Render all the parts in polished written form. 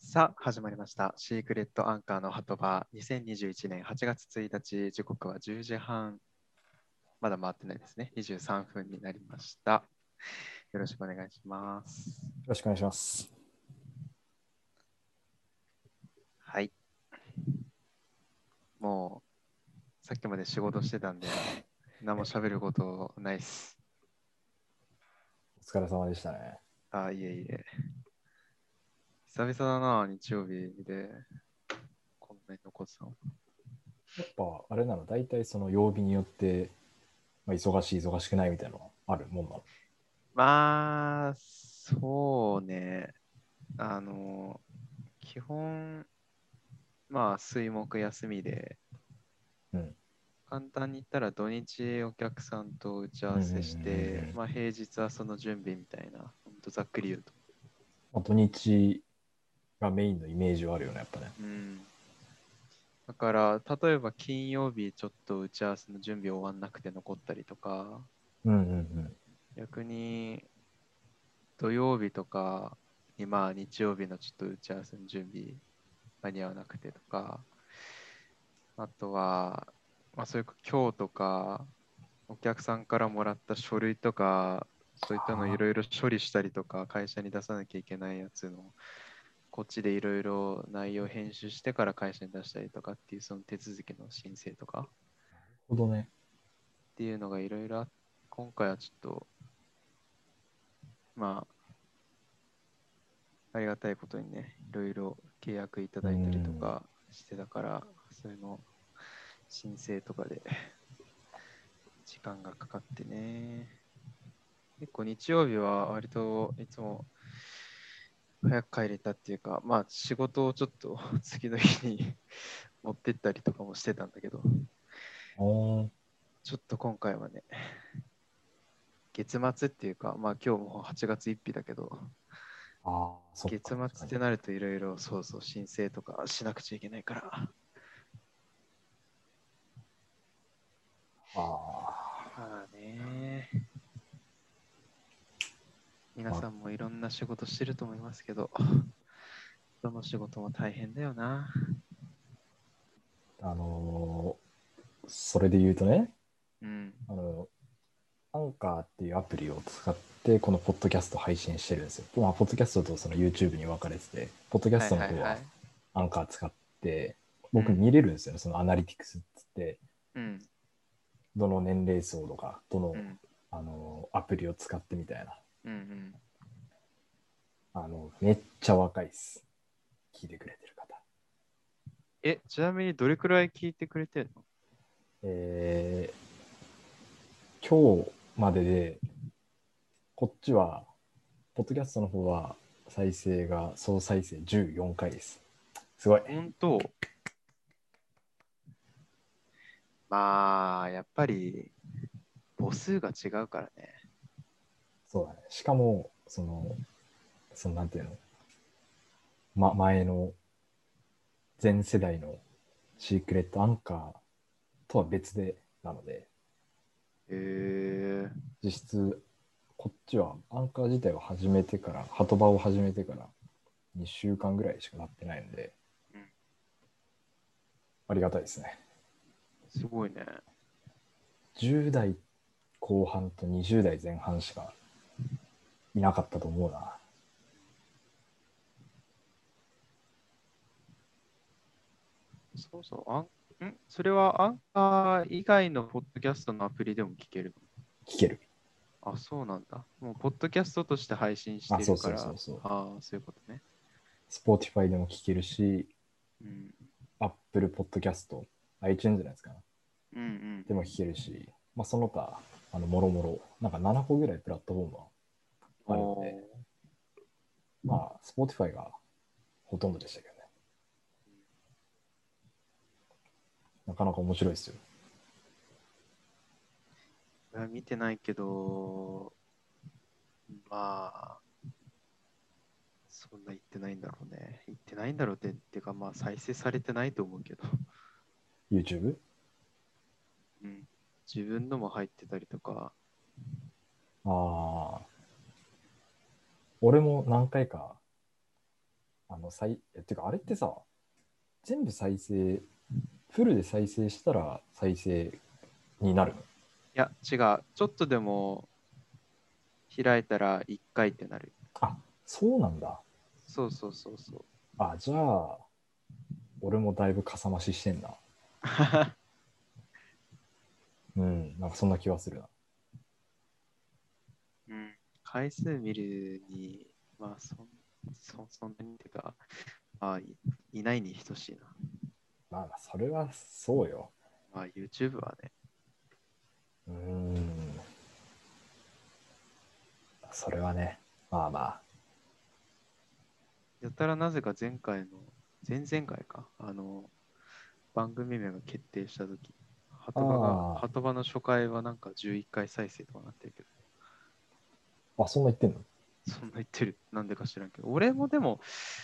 さあ、始まりました。シークレットアンカーの鳩場、2021年8月1日、時刻は10時半、まだ回ってないですね。23分になりました。よろしくお願いします。 よろしくお願いします。 はい。もう、さっきまで仕事してたんで、何も喋ることないっす。 お疲れ様でしたね。 あ、いえいえ。久々だな、日曜日で、こんなに残ってたの。 やっぱあれなの、大体その曜日によって、忙しい、忙しくないみたいなのはあるもんなの。 まあ、そうね。あの、基本、まあ、水木休みで、 うん。 簡単に言ったら土日お客さんと打ち合うんうんうんうんうわせして、 ん。 まあ平日はその準備みたいな、ほんとざっくり言うと。 土日がメインのイメージはあるよね、やっぱね。 うん。だから、例えば金曜日ちょっと打ち合わせの準備終わんなくて残ったりとか、 うんうん逆に土曜日とかにまあ日曜日のちょっと打ち合わせの準備間に合わなくてとか、あとは、まあそういう今日とか、お客さんからもらった書類とか、そういったのいろいろ処理したりとか、会社に出さなきゃいけないやつの、こっちでいろいろ内容編集してから会社に出したりとかっていう、その手続きの申請とかっなるほどね。 ていうのがいろいろ今回はちょっと、まあ、ありがたいことにね、いろいろ契約いたうだいたりとん。 かしてたから、そういうの申請とかで時間がかかってね。結構日曜日は割といつも早く帰れたっていうか、まあ仕事をちょっと次の日に持ってったりとかもしてたんだけど、 おー。 ちょっと今回はね、月末っていうか、まあ今日も8月1日だけど、 ああ、そっ月か、 末っ確かに。 てなるといろいろそうそう申請とかしなくちゃいけないから。 あまあね、 あ、ま皆さんもいろんな仕事してると思いますけど、どの仕事も大変だよな。 あ、それで言うとね、 うん。 あの、アンカーっていうアプリを使って、このポッドキャスト配信してるんですよ。まあ、ポッドキャストとその YouTube に分かれてて、ポッドキャはいストの方ははいはい。 アンカー使って、 うん。 僕見れるんですよね、そのアナリティクスっつって、 うん。 どの年齢層とか、どの、 うん。 アプリを使ってみたいな。 うん。うん。 めっちゃ若いっす。聞いてくれてる方。 ちなみにどれくらい聞いてくれてるの？ え今日までで、こっちは、ポッドキャストの方は、再生が総再生14回です。すごい。 本当？まあ、やっぱり母数が違うからね。 そうだね。しかも、なんていうの、前の前世代のシークレットアンカーとは別でなので、 へえ。 実質、こっちはアンカー自体を始めてから、鳩場を始めてから2週間ぐらいしかなってないので、 うん、 ありがたいですね。 すごいね。 10代後半と20代前半しかいなかったと思うな。 そうそう。それはアンカー以外のポッドキャストのアプリでも聞ける聞ける。 の？あ、そうなんだ。もう、ポッドキャストとして配信しあ、 てそうそるから、 うそうそう。 ああ、そういうことね。 Spotify でも聞けるし、 うん。 Apple Podcast、iTunes のやつかな。 うんうんでも聞けるし、まあ、その他、もろもろ、なんか7個ぐらいプラットフォームはうん。 あるんで、 おー。 まあ、Spotify がほとんどでしたけどね。なかなか面白いですよ。 見てないけど、まあ、そんな言ってないんだろうね。言ってないんだろうっていうか、まあ、再生されてないと思うけど。 YouTube？ うん。自分のも入ってたりとか、 ああ、俺も何回かてかあれってさ、全部再生、フルで再生したら再生になるの？ いや、違う。ちょっとでも開いたら1回ってなる。 あ、そうなんだ。 そうそうそうそう。 あ、じゃあ、俺もだいぶかさ増ししてんな。うん、なんかそんな気はするな。 うん。回数見るに、まあそんなにってか、まあ、いないに等しいな。 まあまあ、それはそうよ。 まあ YouTube はね。 うーん、それはね、まあまあ。 やたらなぜか前々回か、番組名が決定したとき、 あ鳩場の初回はなんか11回再生とかなってるけど、 あ、そんな言ってんの？ そんな言ってる。なんでか知らんけど、俺もでも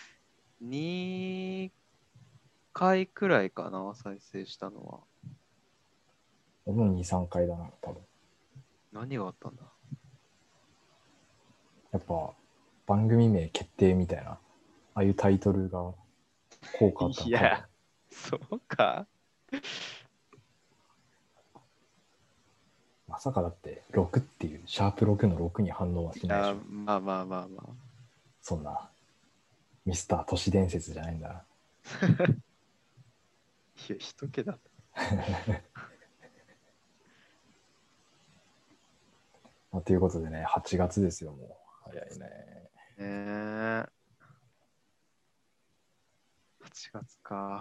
2回くらいかな、再生したのは。 俺も2、3回だな、多分。 何があったんだ？ やっぱ、番組名決定みたいな、ああいうタイトルが効果あったのかもね。 いや、そうか。 まさかだって6っていう、シャープ6の6に反応はしいや、 ないでしょ。 まあまあまあまあ。 そんな、ミスター都市伝説じゃないんだな。 いや、一桁だ。 まあ、ということでね、8月ですよ、もう。早いね。 ねえ、8月か。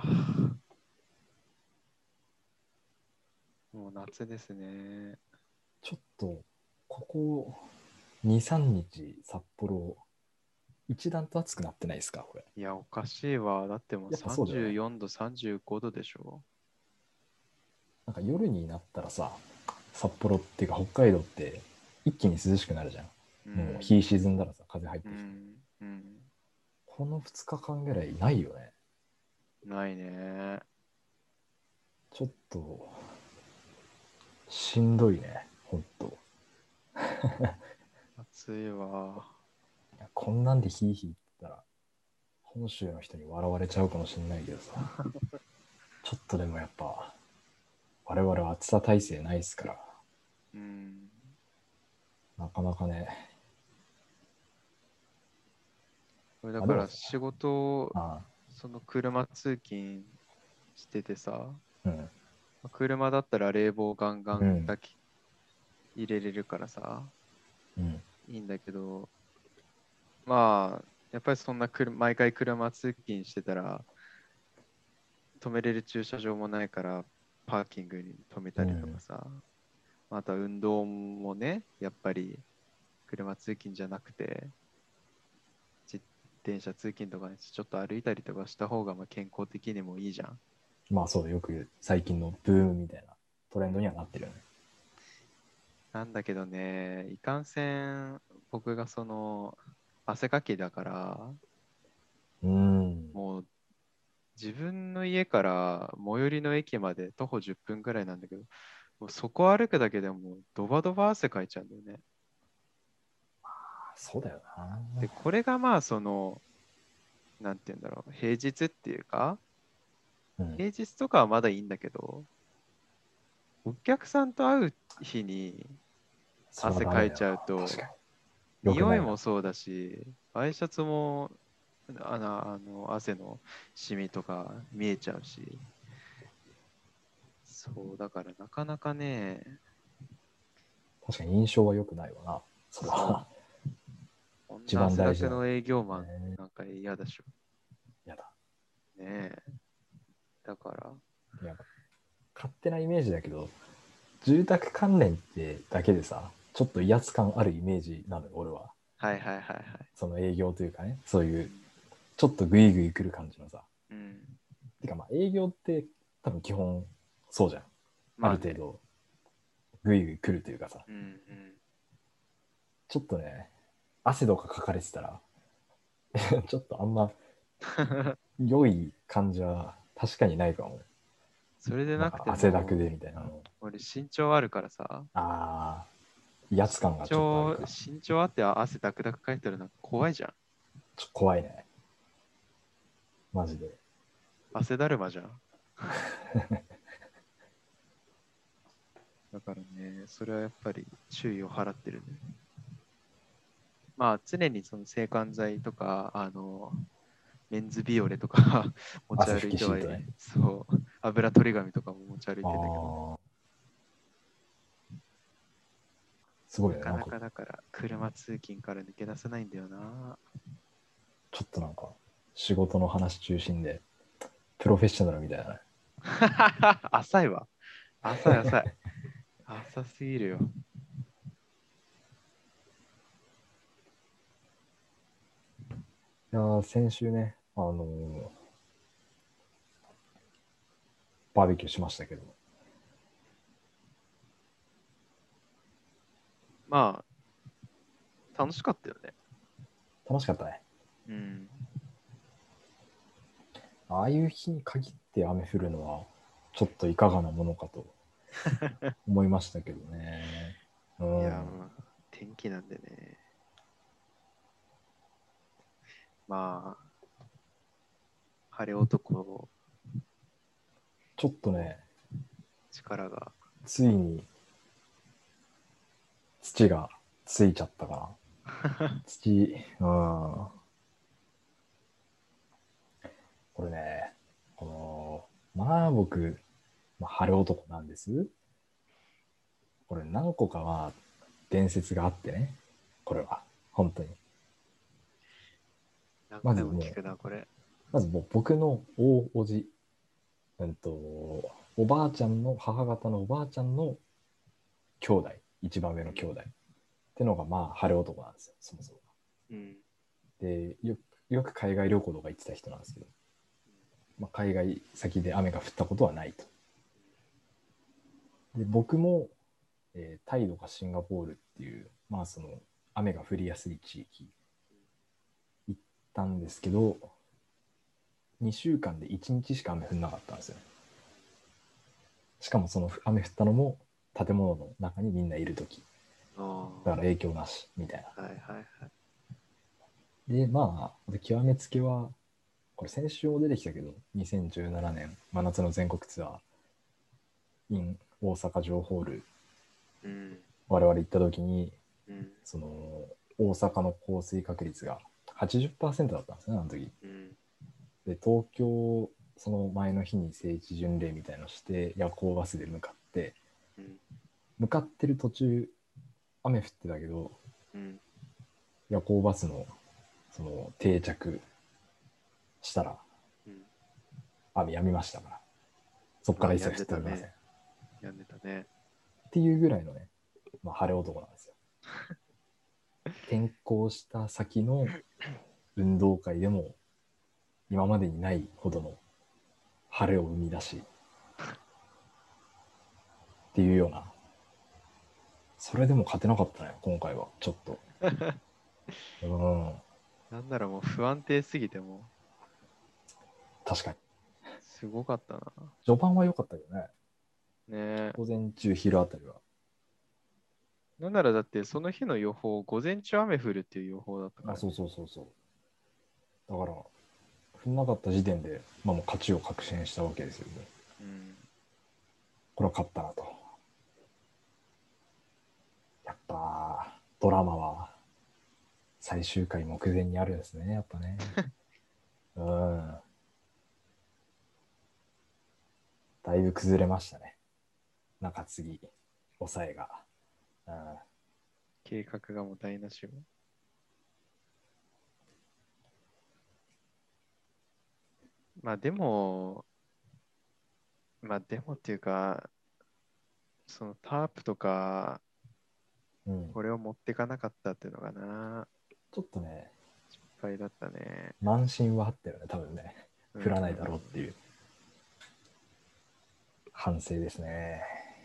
もう夏ですね。 ちょっと、ここ2、3日、札幌、一段と暑くなってないですか、これ。 いや、おかしいわ。だってもうやっぱそうだよ 34 ね。 度、35度でしょ。 なんか夜になったらさ、札幌っていうか北海道って一気に涼しくなるじゃん。 うもう日ん、 沈んだらさ、風入っうてきて。 ん、うん。 この2日間ぐらいないよね。 ないね。 ちょっと、しんどいね、ほんと。 暑いわ。 いやこんなんでヒーヒー言ったら、本州の人に笑われちゃうかもしんないけどさ、ちょっとでもやっぱ、我々は暑さ耐性ないですから、 うん。 なかなかね。 これだあ、でもさ、 から仕事、 あその車通勤しててさ、 うん、 車だったら冷房ガンガうん、 ンだけ入れれるからさ、 うん。 いいんだけど、まあ、やっぱりそんな毎回車通勤してたら、止めれる駐車場もないから、パーキングに止めたりとかうん、 さ、あとは運動もね、やっぱり車通勤じゃなくて、自転車通勤とかにちょっと歩いたりとかした方がまあ健康的にもいいじゃん。 まあそう、よく言う最近のブームみたいなトレンドにはうん、 なってるよね。 なんだけどね、いかんせん僕がその汗かきだから、 うーん。 もう自分の家から最寄りの駅まで徒歩10分くらいなんだけど、もうそこ歩くだけでもうドバドバ汗かいちゃうんだよね。 そうだよで、 な。 これがまあなんて言うんだろう、平日っていうか、 うん。 平日とかはまだいいんだけど、お客さんと会う日にそれは汗ダメだよかいちゃうな。確かと、 に。よく匂いないな。 もそうだし、ワイシャツも汗のシミとか見えちゃうし、そう、だからなかなかね、 確かに印象は良くないわな。それそう、 はこん一な汗だく番大事なの。 の営業マンね。 なんか嫌だしょ。 やだ。 ねえ。だから、 いや、勝手なイメージだけど、住宅関連ってだけでさ、ちょっと威圧感あるイメージなのよ、俺は。 はいはいはいはい。 その営業というかね、そういう、 うん。 ちょっとグイグイ来る感じのさ。 うん。 てかまあ営業って多分基本そうじゃん。あまあね。 る程度グイグイ来るというかさ。 うんうん。 ちょっとね、汗とか書かれてたら、ちょっとあんま良い感じは確かにないかも。 それでなんかなくて汗だくも、 でみたいなの。 俺身長あるからさ、 ああ、威圧感がちょっとあるか。 身長あって汗ダクダクかいてるの怖いじゃん。 ちょっと怖いね。 マジで。 汗だるまじゃん。だからね、それはやっぱり注意を払ってるね。まあ、常にその制汗剤とか、メンズビオレとか持ち汗拭歩いてはいる。 きシートね。 そう、油取り紙とかも持ち歩いあてんだけど、 あ、すごいね。 なかななんか、 かだから車通勤から抜け出せないんだよな。 ちょっとなんか、仕事の話中心で、プロフェッショナルみたいなね。 浅いわ。浅い浅い。浅すぎるよ。 いやー、先週ね、バーベキューしましたけど、 まあ、楽しかったよね。 楽しかったね。 うん。 ああいう日に限って雨降るのは、ちょっといかがなものかと思いましたけどね。ういや、 ん。 まあ、天気なんでね。まあ、晴れ男ちょっとのね、 力が。 ついに土がついちゃったかな。土、うん。これね、まあ僕、晴れ男なんです。これ何個かは伝説があってね。これは、本当に。 何まずもう、 回も聞くな、これ。 まずもう僕の大おじ、おばあちゃんの、母方のおばあちゃんの兄弟、一番上の兄弟ってのが、まあ、晴れ男なんですよ、そもそも。 うん。 で、よく海外旅行とか行ってた人なんですけど、まあ、海外先で雨が降ったことはないと。で、僕も、タイとかシンガポールっていう、まあ、その、雨が降りやすい地域行ったんですけど、2週間で1日しか雨降んなかったんですよね。しかもその雨降ったのも建物の中にみんないるとき。だからあ影響なし、みたいな。 あ、はいはいはい。 で、まあ、極めつけは、これ先週も出てきたけど、2017年真夏の全国ツアー in 大阪城ホール、 うん。 我々行った時に、 うん。 その、大阪の降水確率が80%だったんですね、あの時。 うん。 で、東京、その前の日に聖地巡礼みたいのして、夜行バスで向かって、 うん。 向かってる途中、雨降ってたけど、 うん。 夜行バスの、その、定着したら、 うん。 雨止みましたから、そこかああ、 ら一切病ん降っておりません。 でたね。 っ病んでたね。 ていうぐらいのね、まあ、晴れ男なんですよ。転校した先の運動会でも、今までにないほどの晴れを生み出し、っていうような、それでも勝てなかったね、今回は、ちょっと。うん、 なんならもう不安定すぎても確かに。 すごかったな。 序盤は良かったけどね、 ねえ。 午前中、昼あたりは。 なんならだってその日の予報、午前中雨降るっていう予報だったかあ、 らね。 そうそうそうそう。だから、踏んなかった時点で、まあもう勝ちを確信したわけですよね。 うん。 これは勝ったなと。やっぱ、ドラマは最終回目前にあるんですね、やっぱね。うん。だいぶ崩れましたね。中継ぎ、抑えが。うん。 計画がもう台無しよ。まあでも、まあでもっていうか、そのタープとか、 うん。 これを持ってかなかったっていうのがな、 ちょっとね、 失敗だったね。 慢心はあったよね、多分ね。 うん。 振らないだろうっていう反省ですね。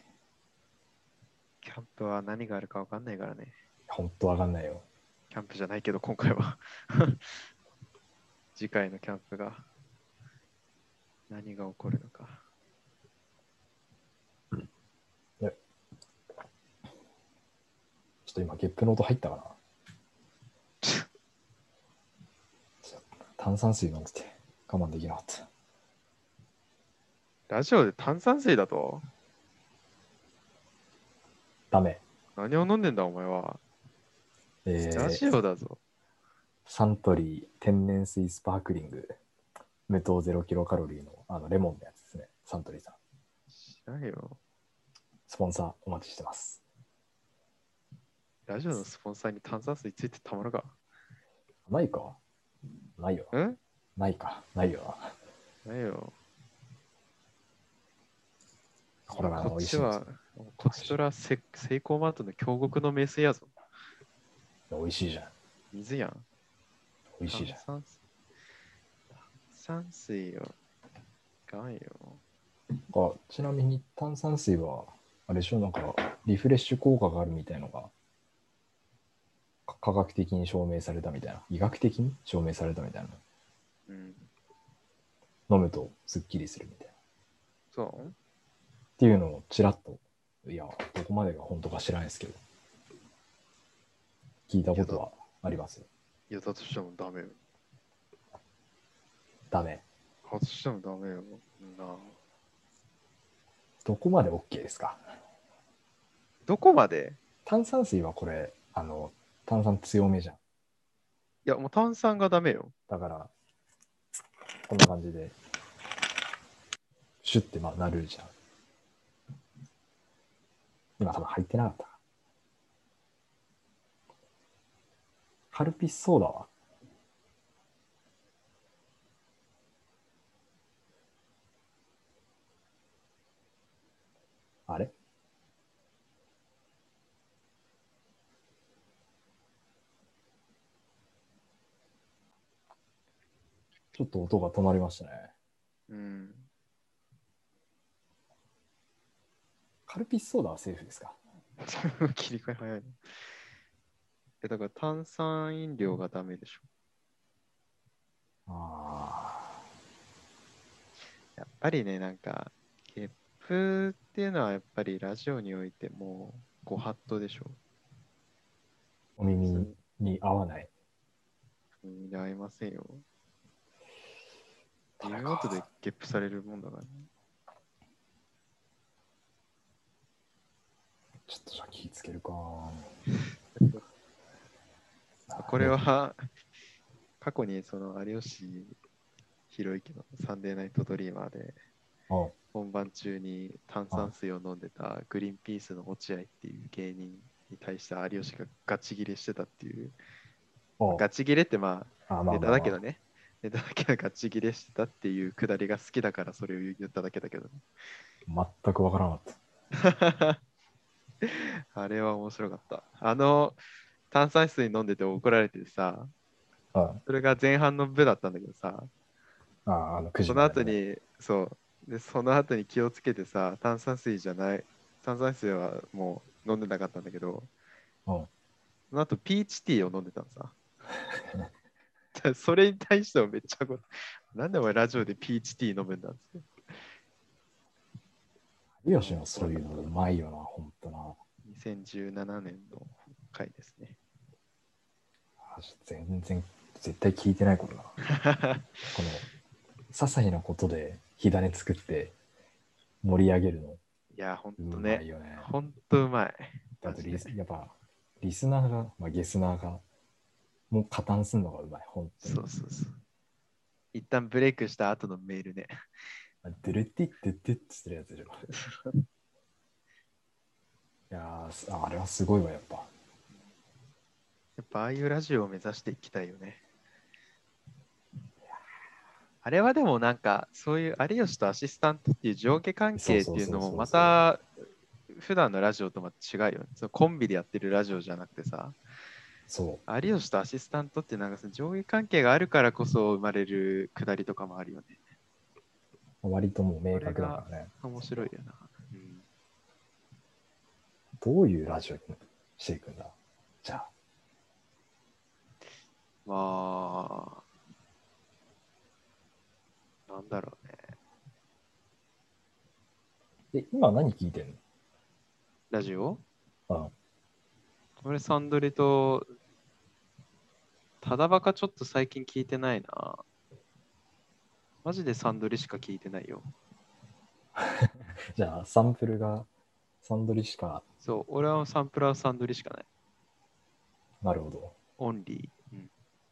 キャンプは何があるか分かんないからね。 ほんとわかんないよ。 キャンプじゃないけど、今回は次回のキャンプが何が起こるのか。 ちょっと今、ゲップの音入ったかな。炭酸水飲んでて。 我慢できなかった。 ラジオで炭酸水だとダメ。 何を飲んでんだお前は。ラジオだぞ。 サントリー天然水スパークリング無糖0キロカロリーのレモンのやつですね。サントリーさん。 知らんよ。 スポンサーお待ちしてます。 ラジオのスポンサーに炭酸水ついてたまるか。 ないかないよな。 えないかないよな。 ないよ。 これがこっ美味しいんですちは、こちとらセイコーマートの京極の名水やぞ。 よ。美味しいじゃん。 水やん。 美味しいじゃん。 炭酸水よ。がんよ。 ちなみに炭酸水は、あれでしょ、なんかリフレッシュ効果があるみたいのが科学的に証明されたみたいな、医学的に証明されたみたいな。 うん。 飲むとすっきりするみたいな。 そうっていうのをちらっと、いや、どこまでが本当か知らないですけど、聞いたことはあります。 いや、だとしてもダメよ。 ダメ。 外してもダメよ。なあ。 どこまで OK ですか？ どこまで炭酸水はこれ、炭酸強めじゃん。 いや、もう炭酸がダメよ。 だから、こんな感じで、シュッてなるじゃん。今多分入ってなかった。カルピスソーダはあれちょっと音が止まりましたね。 うん。 カルピスソーダはセーフですか？ 切り替え早いね。だから炭酸飲料がダメでしょ。 あやっぱりね、なんか、ゲップっていうのはやっぱりラジオにおいてもご法度でしょ。 お耳に合わない。 耳に合いませんよ。 ダメ耳元でか。 ゲップされるもんだからね。 ちょっとじゃあ気ぃつけるか。 これは過去にその有吉弘行のサンデーナイトドリーマーであ本番中に炭酸水を飲んでたグリーンピースの落合っていう芸人に対して有吉がガチギレしてたっていう、ガチギレってまあネタだけどね、ネタだけどガチギレしてたっていうくだりが好きだからそれを言っただけだけどね。 全くわからなかった。 あれは面白かった。炭酸水飲んでて怒られてさ、それが前半の部だったんだけどさ、 9時そのまでのね。 後に、そう。で、その後に気をつけてさ、炭酸水じゃない、炭酸水はもう飲んでなかったんだけど、その後ピーチティーを飲んでたのさ。それに対してはめっちゃなんでお前ラジオでピーチティー飲むんだっつって。 有吉のそういうのうまいよな、ほんとな。 2017年の回ですね。 全然、絶対聞いてないことな。この、些細なことで火種作って盛り上げるの。 いや、ほんとうまね。 いよね。 ほんとうまい。 だとマジでやっぱ、リスナーが、ゲスナーが、もう加担するのがうまい、ほんとに。 そうそうそう。一旦ブレイクした後のメールね。 ドゥルティッドゥッドゥッってするやつじゃん。いやあれはすごいわ、やっぱ。 やっぱああいうラジオを目指していきたいよね。あれはでもなんかそういう有吉とアシスタントっていう上下関係っていうのもまた普段のラジオとまた違うよね。そのコンビでやってるラジオじゃなくてさ、有吉とアシスタントってなんかその上下関係があるからこそ生まれるくだりとかもあるよね。 割ともう明確だからね。 面白いよな。うん、 どういうラジオにしていくんだじゃあ。 まあ、なんだろうね。 今何聞いてんラジオの？ 俺サンドリとただバカちょっと最近聞いてないな。 マジでサンドリしか聞いてないよ。 じゃあ、サンプルがサンドリしか、 そう、俺はサンプラーサンドリしかない。 なるほど。 オンリー。うん、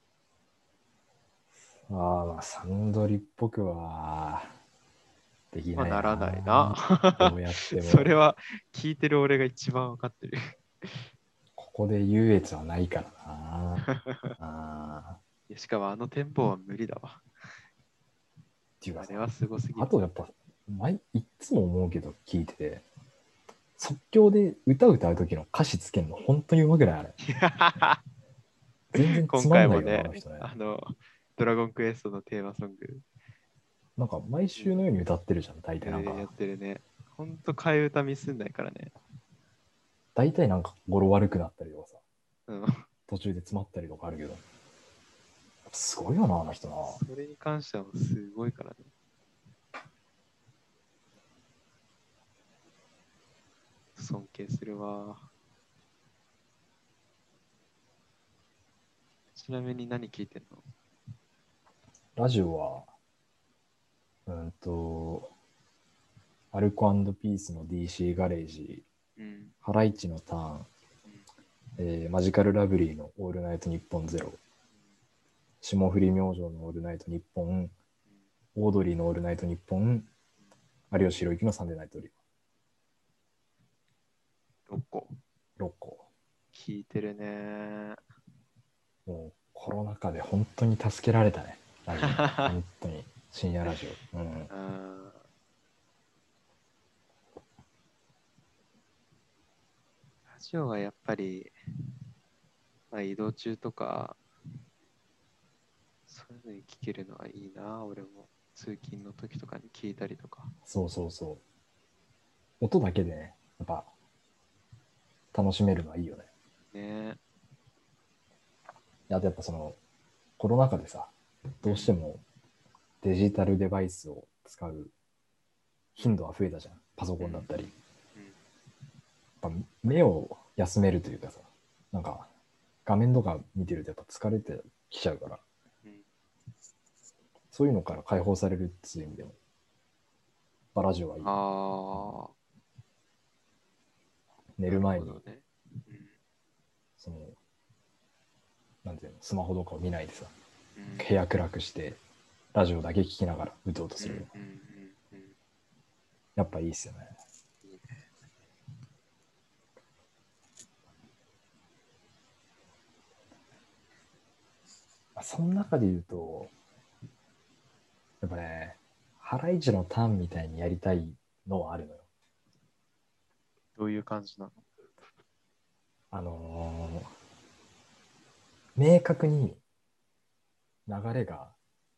ああ、まあ、サンドリっぽくはできまあ、 ないならないな。 な。どうやっても、 それは聞いてる俺が一番わかってる。 ここで優越はないからな。あーいやしかもあのテンポは無理だわ。 っていうかさ、 あれはすごすぎる。 あとやっぱ、いっつも思うけど聞いてて、即興で歌う時の歌詞つけるの本当にうまくないあれ。全然つ今まんないよな、 回もね、 あの人ね。 ドラゴンクエストのテーマソング、 なんか毎週のように歌ってるじゃん、大体なんやっか。 てるね。ほんと替え歌ミスんないからね。 大体なんか語呂悪くなったりとかさ、 うん、 途中で詰まったりとかあるけど、すごいよな、あの人な。 それに関してはすごいからね。尊敬するわ。ちなみに何聞いてんの？ ラジオは、アルコピースの DC ガレージ、 うん。 ハライチのターン、 うん。 マジカルラブリーのオールナイトニッポンゼロ、霜降り明星のオールナイトニッポン、オードリーのオールナイトニッポン、有吉弘行のサンデーナイトリ 6個。 ー、6個。 聞いてるね。 もうコロナ禍で本当に助けられたね。ラジオ。本当に。深夜ラジオ。うん。 ラジオはやっぱり、まあ、移動中とか、そういうのに聞けるのはいいな、俺も。通勤の時とかに聞いたりとか。 そうそうそう。音だけでね、やっぱ楽しめるのはいいよね。 ね。 あとやっぱコロナ禍でさ、どうしてもデジタルデバイスを使う頻度は増えたじゃん。パソコンだったり。 うん。 やっぱ目を休めるというかさ、なんか画面とか見てるとやっぱ疲れてきちゃうから、 うん。 そういうのから解放されるっていう意味でも、ラジオはいい。 ああ、なる寝る前に、 ほどね。うん。 その、なんていうの、スマホとかを見ないでさ、 うん。 部屋暗くして、ラジオだけ聞きながらうとうとするの。 うん。うん。うん。 やっぱいいっすよね。 いいね。 その中で言うと、やっぱね、ハライチのターンみたいにやりたいのはあるのよ。 どういう感じなの？ あの明確に流れが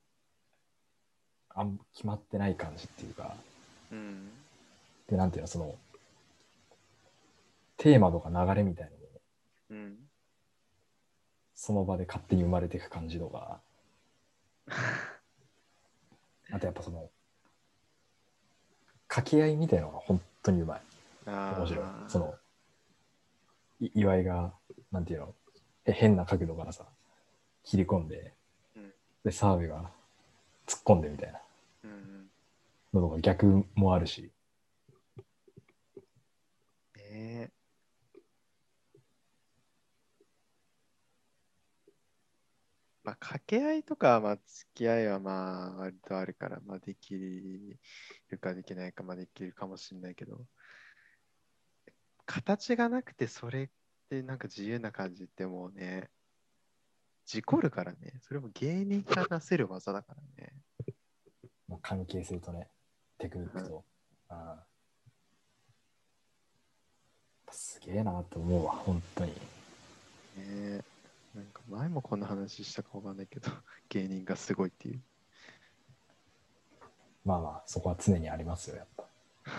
決まってない感じっていうか、 うん。 で、なんていうの、テーマとか流れみたいなのも、 うん。 その場で勝手に生まれていく感じとか、あとやっぱ掛け合いみたいなのが本当にうまい。面白い。 ああ。 岩井が、なんていうの、変な角度からさ、切り込んで、 うん。 で、澤部が突っ込んでみたいなうん。 のとか逆もあるし、 ねえ。まあ、掛け合いとか、まあ、付き合いはまあ、割とあるから、まあ、できるかできないか、まあ、できるかもしれないけど、形がなくて、それってなんか自由な感じってもうね、事故るからね。それも芸人が出せる技だからね。 まあ、関係性とね、テクニッうん、 クと、すげえなと思うわ、本当に。 ねえ。なんか前もこんな話したかわかんないけど、芸人がすごいっていう。 まあまあ、そこは常にありますよ、やっぱ。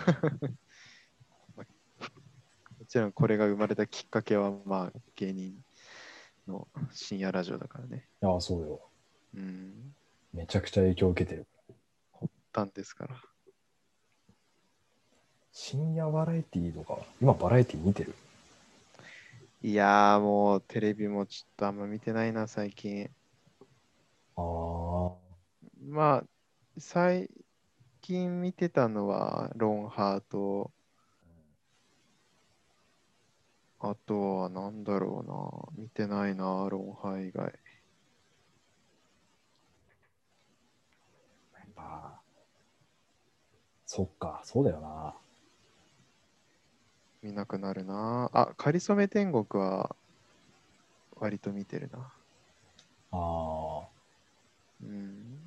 まあもちろんこれが生まれたきっかけは、まあ、芸人の深夜ラジオだからね。 いや、そうよ。 うん。 めちゃくちゃ影響を受けてる。 発端ですから。 深夜バラエティーとか、今バラエティー見てる？ いやーもうテレビもちょっとあんま見てないな、最近。 ああ、 まあ、 最近見てたのは、ロンハーと、あとはなんだろうな。見てないな、ロンハー以外。 やっぱ、そっか、そうだよな。 見なくなるな。あ、かりそめ天国は割と見てるな。 あうん。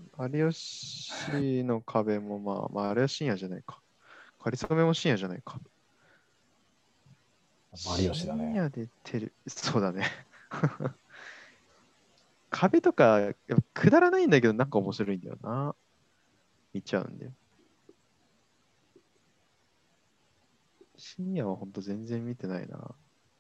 有吉の壁もまあ、あれは深夜じゃないか。かりそめも深夜じゃないか。 あ、有吉だね。 深夜でそうだね。壁とか、やっぱくだらないんだけど、なんか面白いんだよな。見ちゃうんだよ。深夜はほんと全然見てないな。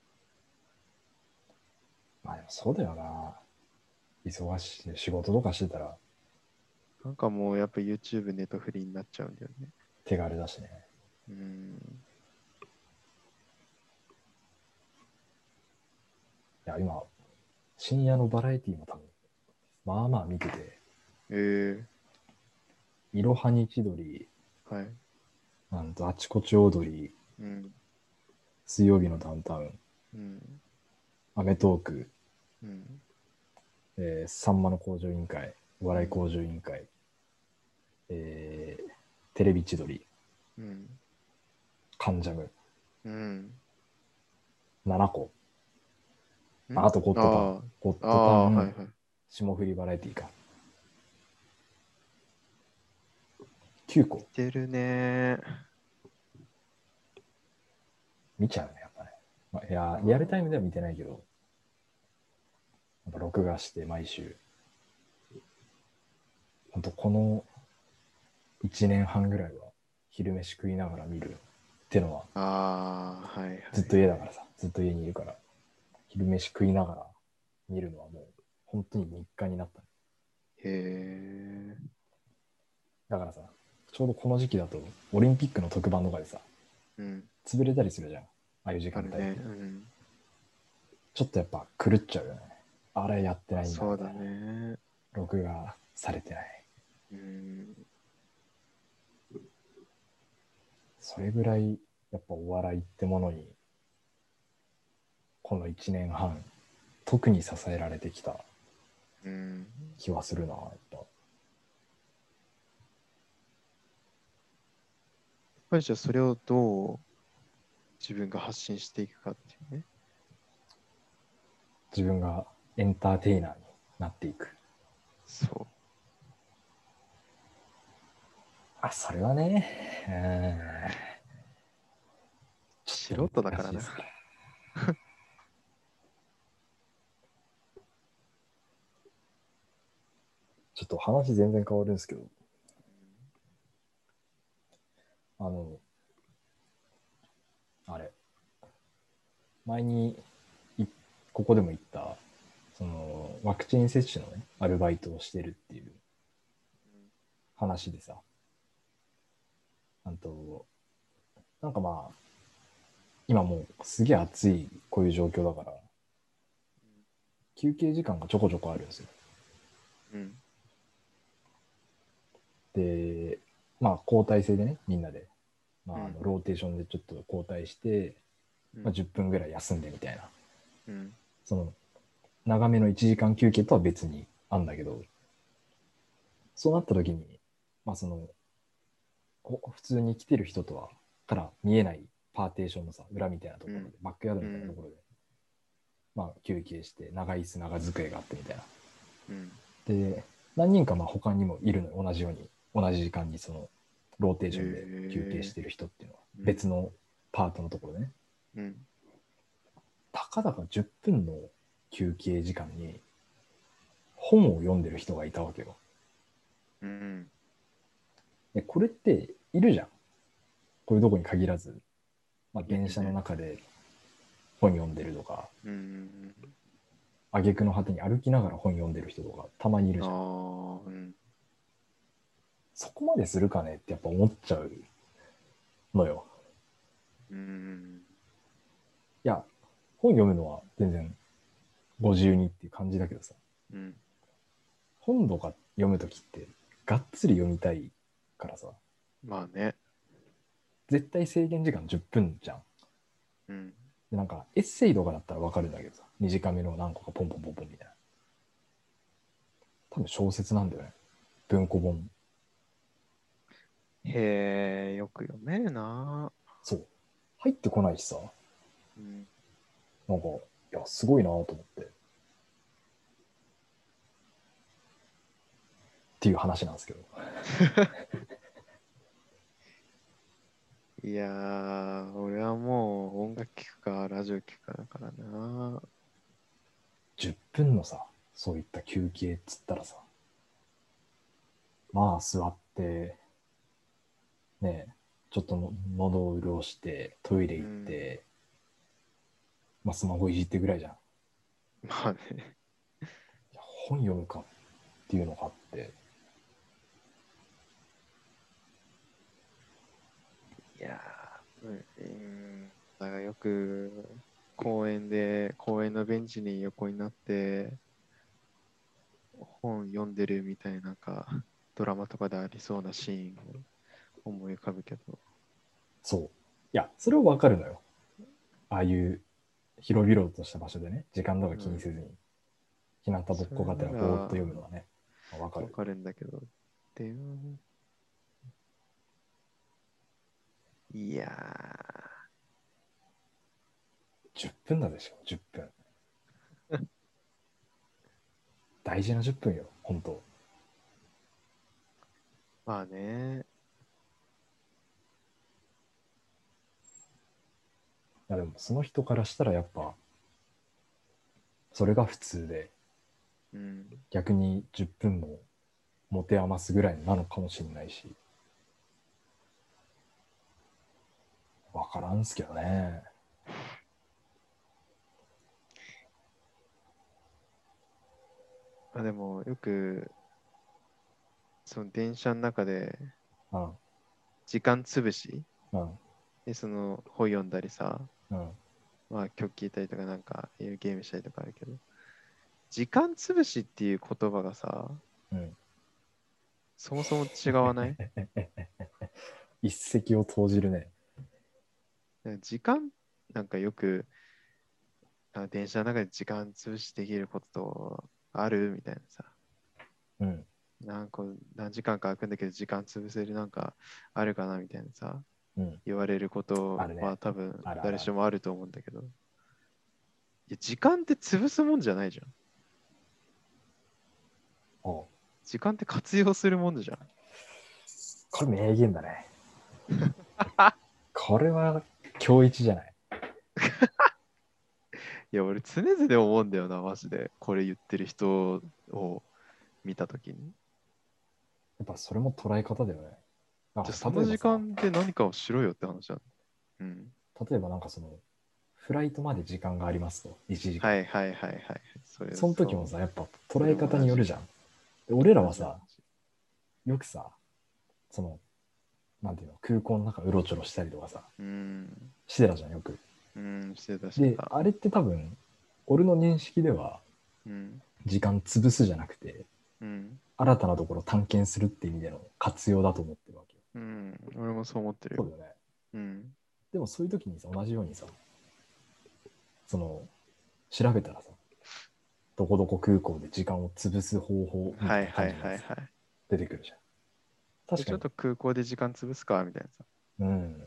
まあでもそうだよな。忙しい、仕事とかしてたらなんかもうやっぱ YouTube ネットフリーになっちゃうんだよね。 手軽だしね。 うん。 いや、今、深夜のバラエティも多分、まあまあ見てて、 えいろはに千鳥、 はい。 なんとあちこちオードリー、 うん。 水曜日のダウンタウン、 うん。 アメトーク、 うん。 さんまの向上委員会、お笑い向うん。 上委員会、えーテレビ千鳥、 うん。 カンジャム、 うん。 7個。あんあとゴッドタン。 あゴッあ、あドタあ、はいン、 はい。 霜降りバラエティか。9個。 見てるね。 見ちゃうね、やっぱね。まあ、いや、リアルタイムではあ見てないけど、やっぱ録画して毎週。ほんとこの1年半ぐらいは昼飯食いながら見るってのは、 あ、ああ、はいはいはい。 ずっと家だからさ、ずっと家にいるから、昼飯食いながら見るのはもう、本当に日課になったね。 へえ。 だからさ、ちょうどこの時期だと、オリンピックの特番とかでさ、 うん。 潰れたりするじゃん。ああいう時間帯って。 あるね。うん。 ちょっとやっぱ狂っちゃうよね。あれやってまあ、 ないんだそうだみたいな。 ね。 録画されてない。 うん。 それぐらい、やっぱお笑いってものに、この1年半、特に支えられてきたうん。 気はするな、やっぱ。 ぱりじゃあそれをどう自分が発信していくかっていうね。 自分がエンターテイナーになっていく。 そあ、それはね、 う。 ちょっと素人だからな。 難しいですね。ちょっと話全然変わるんですけど、あの、あれ、前にここでも言った、そのワクチン接種のね、アルバイトをしてるっていう話でさ、あと、なんかまあ、今もうすげえ暑いこういう状況だから、休憩時間がちょこちょこあるんですよ。 うん。 で、まあ交代制でね、みんなで、まあ、 うん。 ローテーションでちょっと交代して、まあ、 うん。 10分ぐらい休んでみたいな、 うん。 その長めの1時間休憩とは別にあんだけど、そうなった時に、まあその、普通に来てる人とは、から見えないパーテーションのさ、裏みたいなところで、 うん。 バックヤードみたいなとうん。 ころで、まあ休憩して、長椅子、長机があってみたいな。 うん。 で、何人かまあ他にもいるのよ、同じように、同じ時間にその、ローテーへションで休憩しえ。 てる人っていうのは、 うん。 別のパートのところでね、 うん。 たかだか10分の休憩時間に本を読んでる人がいたわけよ。 うん。 で、これっているじゃん。こういうとこに限らず、まあ、電車のいるね。 中で本読んでるとか、 うん。 挙句の果てに歩きながら本読んでる人とかたまにいるあじゃん。 あ、うん。 そこまでするかねってやっぱ思っちゃうのよ。 うん。 いや、本読むのは全然ご自由にっていう感じだけどさ、 うん。 本とか読むときってがっつり読みたいからさ、 まあね。 絶対制限時間10分じゃん。 うん。 でなんかエッセイとかだったらわかるんだけどさ、短めの何個かポンポンポンポンみたいな。多分小説なんだよね。文庫本。 へえ、よく読めるな。 そう。入ってこないしさ、 うん。 なんか、いや、すごいなと思って。っていう話なんですけど。 いやー、俺はもう音楽聴くか、ラジオ聴くかだからな。 10分のさ、そういった休憩っつったらさ、まあ座って、ね、ちょっとの喉を潤してトイレ行っうん。 て、まあスマホいじってぐらいじゃん。いまあね。 や本読むかっていうのがあって、 いやー、だからよく公園のベンチに横になって本読んでるみたいな、なんかドラマとかでありそうなシーンを思い浮かぶけど。 そう。いや、それはわかるのよ。ああいう広々とした場所でね、時間とかうん。 気にせずに、日向ぼっそれこがてなららぼーっと読むのはね、わかる。 わかるんだけど。でも、いや 10分だでしょ、10分。大事な10分よ、本当。 まあね。 いやでもその人からしたらやっぱ、それが普通で、 うん。 逆に10分も持て余すぐらいなのかもしれないし、わからんすけどね。 まあでも、よく、その電車の中でうん、 時間つぶしうん、 で、その本読んだりさ、 うん。 まあ曲聴いたりとかなんかいうゲームしたりとかあるけど、時間つぶしっていう言葉がさ、 うん。 そもそも違わない？ 一石を投じるね。 なんか時間なんかよく電車の中で時間つぶしできることあるみたいなさ、 うん、 なんか何時間か空くんだけど時間潰せるなんかあるかなみたいなさ、 うん。 言われることあるね。 は多分あるあるある。 誰しもあると思うんだけど、いや時間って潰すもんじゃないじゃん。 おう、 時間って活用するもんじゃん。 これ名言だね。これは今日一じゃない。 いや、俺常々思うんだよな、マジで。これ言ってる人を見たときに。 やっぱそれも捉え方だよね。 じゃああ、 その時例えばさ、 間で何かをしろよって話だ。うん。 例えばなんかその、フライトまで時間がありますと、1時間。 はいはいはいはい。それ、 その時もさ、やっぱ捉えそれも同じ。 方によるじゃん。で俺ら同じ同はさ、 じ。 よくさ、その、なんていうの、空港の中うろちょろしたりとかさ、 うん。 してたじゃん、よく。 うん、してたしてで、 た。 あれって多分、俺の認識では、 うん。 時間潰すじゃなくて、 うん。 新たなところを探検するっていう意味での活用だと思ってるわけよ。 うん。俺もそう思ってるよ。 そうだよね。 うん。 でもそういう時にさ、同じようにさ、その、調べたらさ、どこどこ空港で時間を潰す方法みたいなはいはい感じのやつはいはい。 出てくるじゃん。 で、 確かに。 ちょっと空港で時間潰すかみたいなさ。 うん。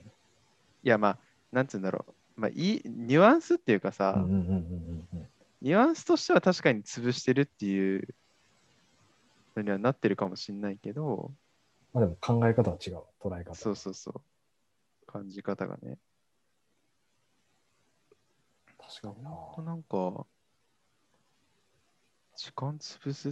いや、まあ、なんつうんだろう。まあ、ニュアンスっていうかさ、 うんうんうんうんうん。 ニュアンスとしては確かに潰してるっていうのにはなってるかもしれないけど、 まあでも考え方は違う。捉え方は。 そうそうそう。感じ方がね。いや、 確かにな。 ほんとなんか、時間潰すって、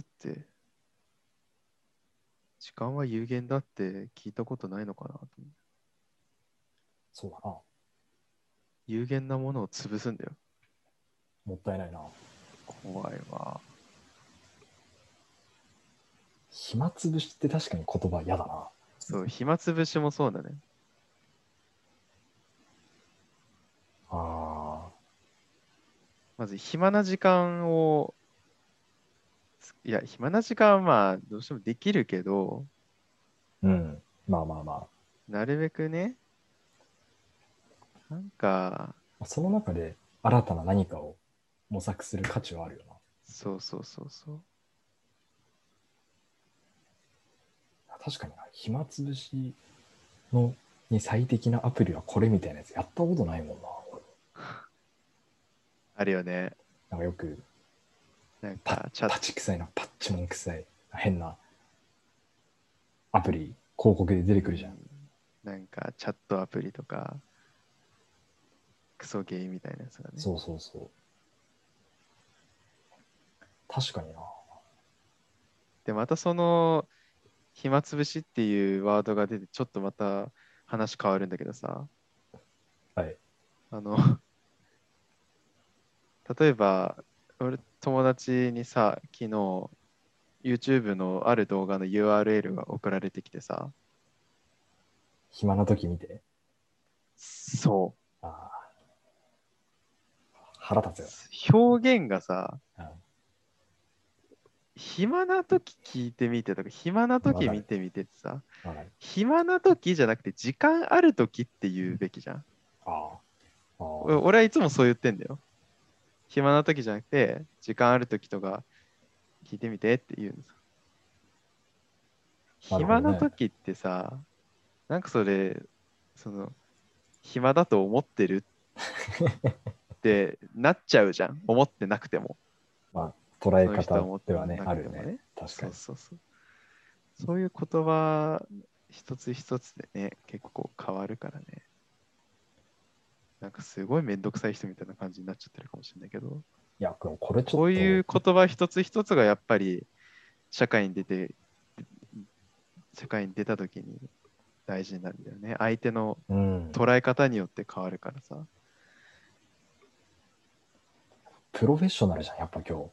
時間は有限だって聞いたことないのかなと思う。 そうだな。 有限なものを潰すんだよ。 もったいないな。 怖いわ。 暇つぶしって確かに言葉嫌だな。 そう、暇つぶしもそうだね。 あまず、暇な時間を、いや、暇な時間はまあ、どうしてもできるけど、 うん。まあまあまなるべくね、なんか、 あ。その中で新たな何かを模索する価値はあるよな。 そうそうそうそう。 確かにな。暇つぶしのに最適なアプリはこれみたいなやつやったことないもんな。俺あるよね。 なんかよくなんか、チャッパチ臭いな、パッチモン臭い、変なアプリ、広告で出てくるじゃん。 なんか、チャットアプリとか、クソゲーみたいなやつがね。 そうそうそう。確かにな。 で、またその、暇つぶしっていうワードが出て、ちょっとまた話変わるんだけどさ、 はい。 あの、例えば、俺、友達にさ、昨日、YouTube のある動画の URL が送られてきてさ、 暇な時見て。 そああ、腹立つよう、表現がさ、 な。 暇な時聞いてみてとか、暇なうん。わかる。 時見てみてってさ、 わかる。 暇な時じゃなくて時間ある時って言うべきじゃん。 ああ、ああ、 俺はいつもそう言ってんだよ。暇な時じゃなくて、時間ある時とか聞いてみてって言うんです。 なるほどね。 暇な時ってさ、なんかそれ、その、暇だと思ってるってなっちゃうじゃん。思ってなくても。 まあ、捉えその人は方思ってではね、 なあるよね。 くてもね。そう確かに。 そうそう。そういう言葉一つ一つでね、結構変わるからね。なんかすごいめんどくさい人みたいな感じになっちゃってるかもしれないけど、 いや、でもこれちょっこういと、 う言葉一つ一つがやっぱり社会に出て、社会に出た時に大事になるんだよね。相手のうん、 捉え方によって変わるからさ。 プロフェッショナルじゃん、やっぱ今日。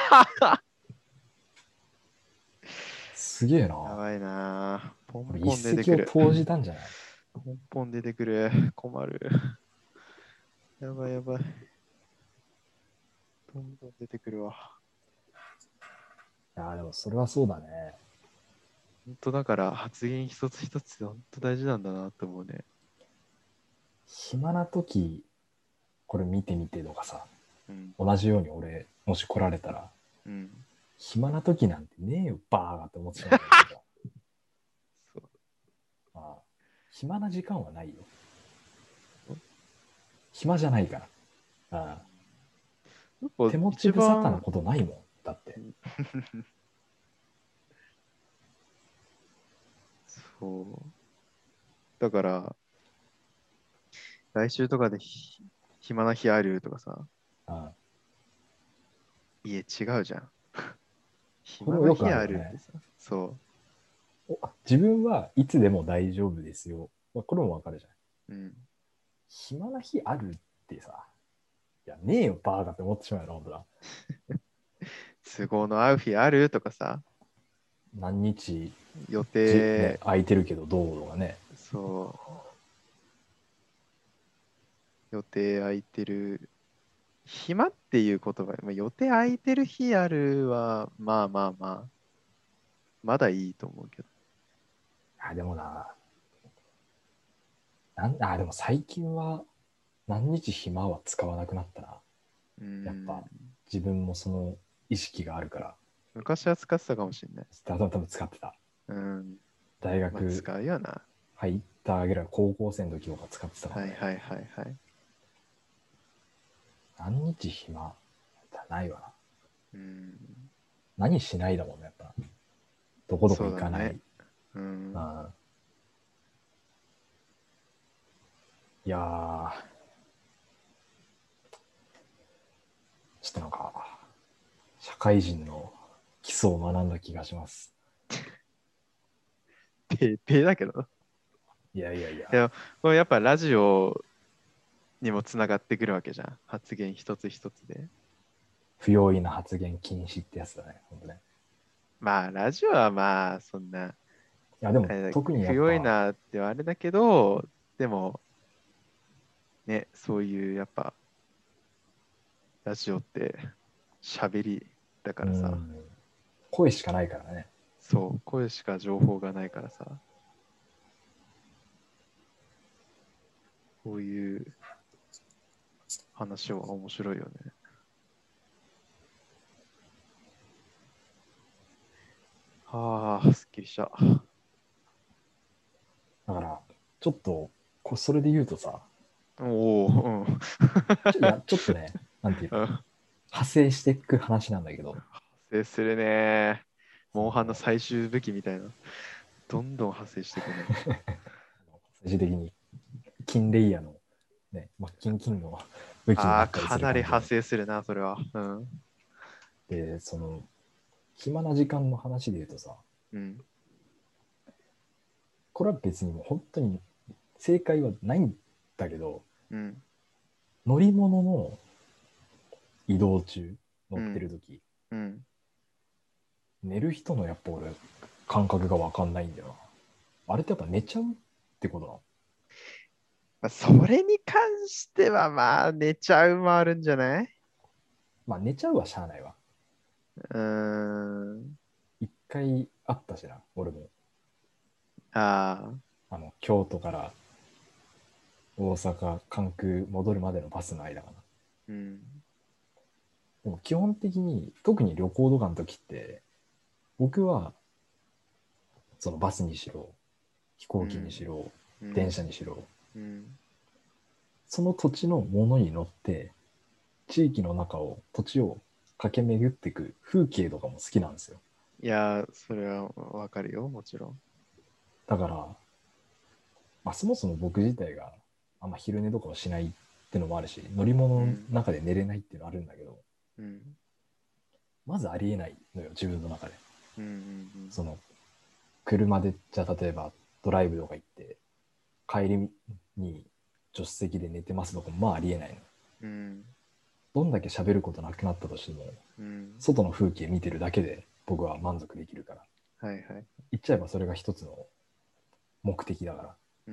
すげえな。 やばいなぁ。ポこれ一ンポン出て石をくる。 投じたんじゃない？ ポンポン出てくる。困る。やばいやばい。どんどん出てくるわ。 いや、でもそれはそうだね。 本当だから発言一つ一つ本当大事なんだなって思うね。 暇な時、これ見てみてとかさ、 うん。 同じように俺、もし来られたら、 うん。 暇な時なんてねえよ、バーガーって思ってしまうんだけど、 そう。 まあ、暇な時間はないよ。暇じゃないから。ああ、 やっぱ手持ち一無沙汰な番、 ことないもん。だって。 そう。だから、来週とかで暇な日あるとかさ、 ああ、 いえ、違うじゃん。 これもよく暇な日あるよね。 あるってさ、そ自分はいつでも大丈夫ですよ。まあ、これもわかるじゃん。 う。うん。 暇な日あるってさ、いや、ねえよ、バーガーって思ってしまうよな、本当だ。 都合の合う日あるとかさ、 何日予ね、 定、 空いてるけどどうとかね。 そう、予定空いてる。暇っていう言葉、まあ、予定空いてる日あるは、まあまあまあ、まだいいと思うけど。 あ、でもな、でも最近は何日暇は使わなくなったな。 うん。 やっぱ自分もその意識があるから、 昔は使ってたかもしれない。 多分使ってた。 うん。 大まあ、 学使うよな。 入ったぐらい、高校生の時とか使ってたかもね。 はいはいはいはい。 何日暇ないわな。 うん。 何しないだもんね、やっぱ。どこどこそうだね。 行かない。 うん。 あいやー、ちょっとなんか、社会人の基礎を学んだ気がします。 ペーペーだけど。 いやいやいや、 でも、これやっぱラジオにもつながってくるわけじゃん。発言一つ一つで。 不用意な発言禁止ってやつだね、本当ね。 まあ、ラジオはまあ、そんな、 いや、でもあれだ、 特にや不用意っぱ、 なってはあれだけど、でも、ね、そういうやっぱ、ラジオって喋りだかうらさ、 ん、声しかないからね。 そう、声しか情報がないからさ、 こういう話は面白いよね。はあ、すっきりした。 だから、ちょっと、それで言うとさ、 おお、うん。 ちょっとね、なんていうの、 派派生していく話なんだけど、 生するね。モンハンのその、 最終武器みたいな。どんどん派生していくね。 最終的に金レイヤーの、ね、マッキン金の武器にああ、 なったりかなり派する感じの。 生するな、それは。うん。 で、その、暇な時間の話で言うとさ、 うん。 これは別にもう本当に正解はないんだけど、 うん。 乗り物の移動中、乗ってうん。 る時、 うん。 寝る人のやっぱ俺、感覚がわかんないんだよな。あれってやっぱ寝ちゃうってことなの？ まあ、それに関しては、まあ、寝ちゃうもあるんじゃない？ まあ寝ちゃうはしゃあないわ。 うーん。 一回あったしな、俺も。 ああ。 京都から大阪、関空戻るまでのバスの間かな。 うん。 でも基本的に、特に旅行とかの時って、僕は、そのバスにしろ、飛行機にうん。 しろ、電うん。 車にしろ、 うん。 その土地のものに乗って、地域の中を、土地を駆け巡っていく風景とかも好きなんですよ。 いや、それはわかるよ、もちろん。 だから、まあ、そもそも僕自体があんま昼寝とかをしないってのもあるし、乗り物のうん。 中で寝れないっていうのはあるんだけど、 うん。 まずありえないのよ、自分の中で。 うん。うん。 その、車で、じゃあ例えばドライブとか行って、帰りに助手席で寝てますとかもまあありえないの。 うん。 どんだけ喋ることなくなったとしても、 うん。 外の風景見てるだけで僕は満足できるから。 はいはい。 言っちゃえばそれが一つの目的だから、 うん。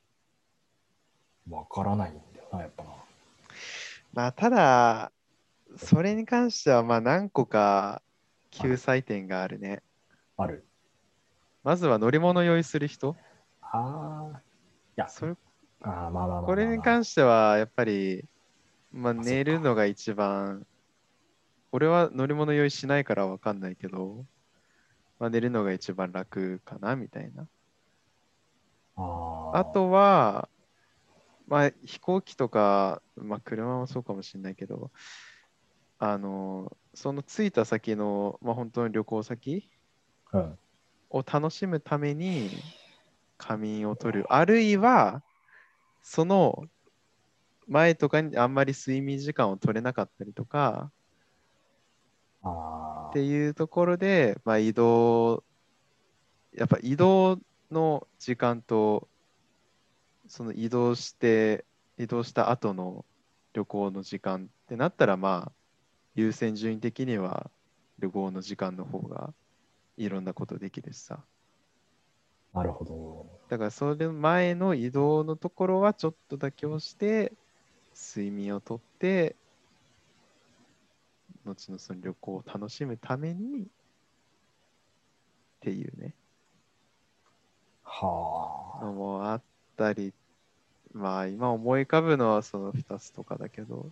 わからないんだよな、やっぱな。 まあ、ただ、それに関しては、まあ、何個か救ある、 済点があるね。 ある。 まずは乗り物用意する人。 ああ、いや、 それ、 まあまあまこあまあまあ。 れに関しては、やっぱり、まあ、 あ、そっ寝るか。 のが一番、俺は乗り物用意しないからわかんないけど、まあ、寝るのが一番楽かな、みたいな。ああとは、まあ、飛行機とか、まあ、車もそうかもしれないけど、その着いた先の、まあ、本当に旅行先あ、うん。 を楽しむために仮眠を取る。あるいは、その前とかにあんまり睡眠時間を取れなかったりとか、ってあいうところで、まあ、やっぱ移動の時間と、その移動した後の旅行の時間ってなったら、まあ、優先順位的には旅行の時間の方がいろんなことできるしさ。 なるほど。 だからそれ前の移動のところはちょっとだけ押して、睡眠をとって、後のその旅行を楽しむためにっていうね、のはもあったり、まあ今思い浮かぶのはその2つとかだけど、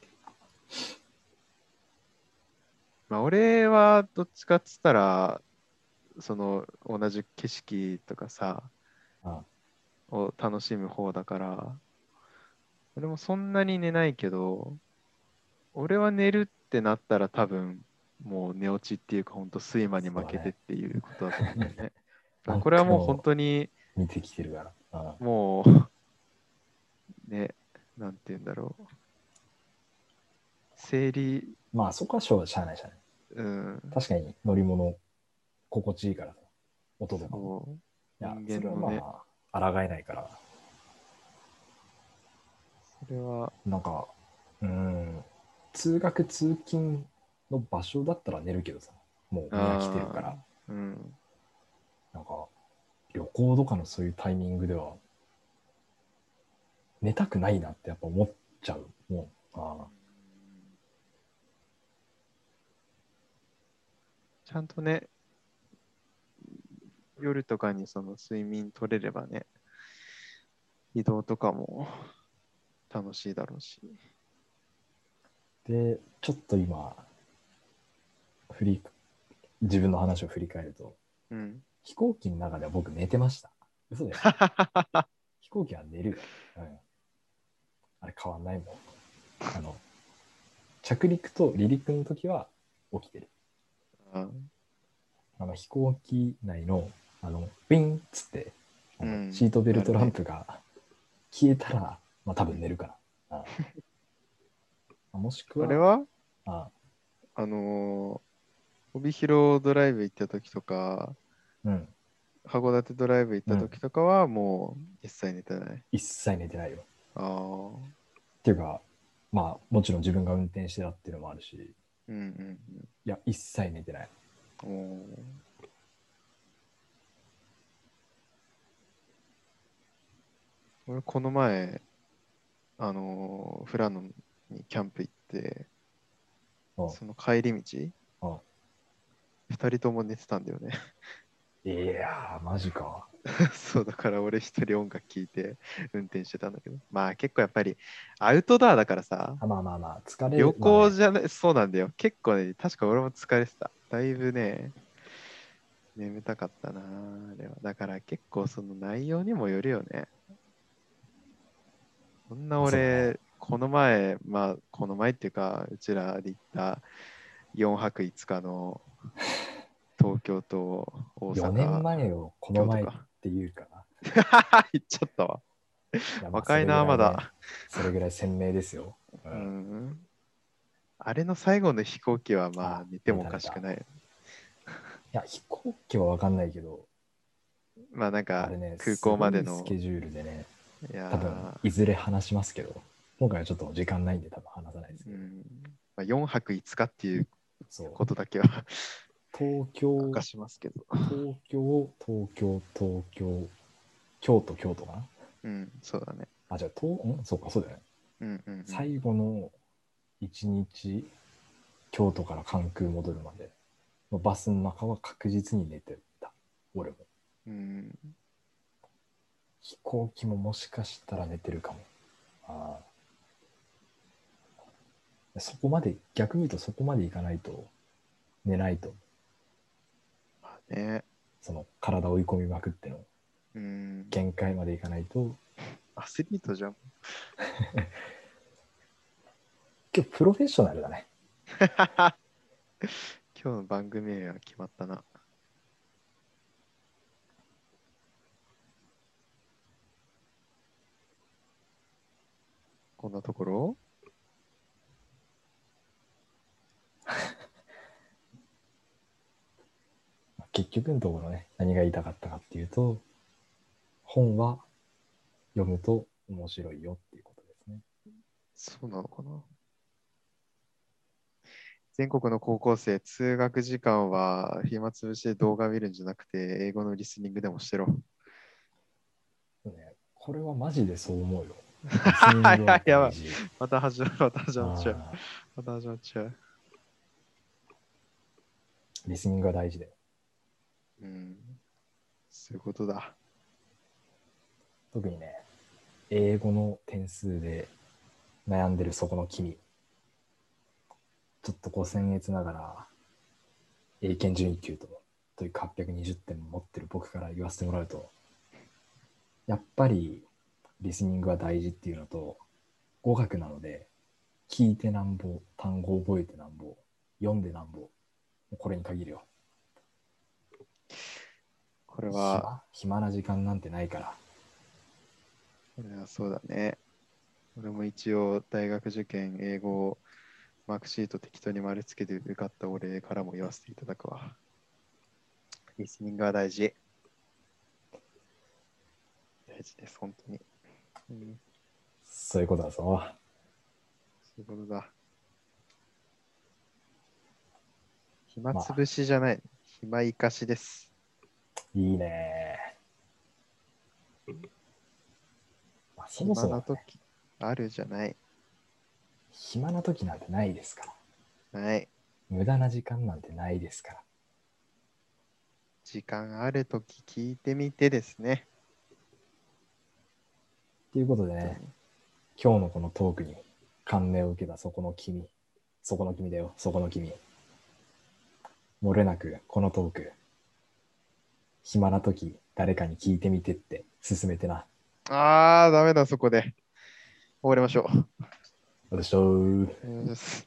まあ俺はどっちかっつったら、その同じ景色とかさ、 あ。 を楽しむ方だから、俺もそんなに寝ないけど、俺は寝るってなったら多分、もう寝落ちっていうか、本当睡魔に負けてっそうだね。 ていうことだと思うんだよね。だから何これはもう本回も当に、 見てきてるから。 もう、ね、なんて言うんだろう。生理、 まあそこはしゃあないしゃあない。 うん、 確かに乗り物心地いいからさ。音とかも。 そう、 いや、 人それは間のね、 まあ、抗えないから。 それは、 なんか、通学通勤の場所だったら寝るけどさ、もう見飽きてるああ、 から、 うん、 なんか、旅行とかのそういうタイミングでは、寝たくないなってやっぱ思っちゃう。もう、 ちゃんとね、夜とかにその睡眠取れればね、移動とかも楽しいだろうし。 で、ちょっと今、自分の話を振り返ると、 うん。 飛行機の中では僕寝てました。嘘でしょ。飛行機は寝るよ。うん。あれ変わんないもん。着陸と離陸の時は起きてる。飛行機内の、ウィンっつって、 うん。 シートベルトランなるね。 プが消えたら、まあ多分寝るかな。もしくは、 あれはああの帯広ドライブ行った時とか、 うん、 函館ドライブ行っうん。 た時とかはもう一切寝てない。 一切寝てないよ。 ああ。 っていうか、まあもちろん自分が運転してたっていうのもあるし、 うんうんいや、一切寝てない。 うん。おー俺この前、富良野にキャンプ行って、 うんその帰り道、 うん。 二人とも寝てたんだよね。 いやー、マジか。 そう、だから俺一人音楽聴いて運転してたんだけど。まあ結構やっぱりアウトドアだからさ、 まあまあまあ、疲れ旅る。まあね、 行じゃない、そうなんだよ。結構ね、確か俺も疲れてた。だいぶね、眠たかったな、あれは。だから結構その内容にもよるよね。そんなそうだね。 俺、この前、まあこの前っていうか、うちらで行った4泊5日の東京と大 4 阪、 年前をこの前っ京都か。 ていうかな。 行っちゃったわ。 いや、まあ、それぐ若いな、 らいね、 まだ。 それぐらい鮮明ですよ。ううん。 ん。あれの最後の飛行機はまああ、 寝てもお寝た寝た。 かしくない。 いや、飛行機はわかんないけど、 まあなんかあれね、 空港すごまでの、 いスケジュールでね、 いや多分、いずれ話しますけど、今回はちょっと時間ないんで多分話さないですけど、 うん。まあ、4泊5日っていうそう、 ことだけは東明か京、 しますけど。 東京、京都、京都かな。 うん、そうだね。 あ、じゃあ、そうか、そうだよね。 うんうんうん。 最後の1日、京都から関空戻るまでのバスの中は確実に寝てた。俺も。 うん、 飛行機ももしかしたら寝てるかも。あそこまで、逆に言うとそこまでいかないと寝ないと、 まあね。 その体を追い込みまくってのうん。 限界までいかないと、 アスリートじゃん。 今日プロフェッショナルだね。 今日の番組名は決まったな。こんなところ結局のところね、何が言いたかったかっていうと、本は読むと面白いよっていうことですね。 そうなのかな。全国の高校生、通学時間は暇つぶしで動画見るんじゃなくて、英語のリスニングでもしてろ。 ね、これはマジでそう思うよ。リスニングはやばい。 大事。 また始まっちゃう。 あまた始まっちゃう。 リスニングは大事だよ。 うん。そういうことだ。 特にね、英語の点数で悩んでるそこの君、ちょっと僭越ながら、英検準1級という820点も持ってる僕から言わせてもらうと、やっぱりリスニングは大事っていうのと、語学なので、聞いてなんぼ、単語を覚えてなんぼ、読んでなんぼ、これに限るよ。 これは、 暇な時間なんてないから。 これはそうだね。俺も一応大学受験英語マークシート適当に丸つけて受かった俺からも言わせていただくわ。リスニングは大事。大事です、本当に。うん、 そういうことだぞ。 そういうことだ。暇まあ、 つぶしじゃない。暇生かしです。 いいね。まあ、そもそもね、 暇な時あるじゃない。 暇な時なんてないですから。 ない。 無駄な時間なんてないですから。 時間ある時聞いてみてですね。 ということでね、 本当に。 今日のこのトークに感銘を受けたそこの君だよ、そこの君。漏れなくこのトーク、暇な時誰かに聞いてみてって勧めてな。 あー、ダメだ、そこで。終わりましょう。 私とです。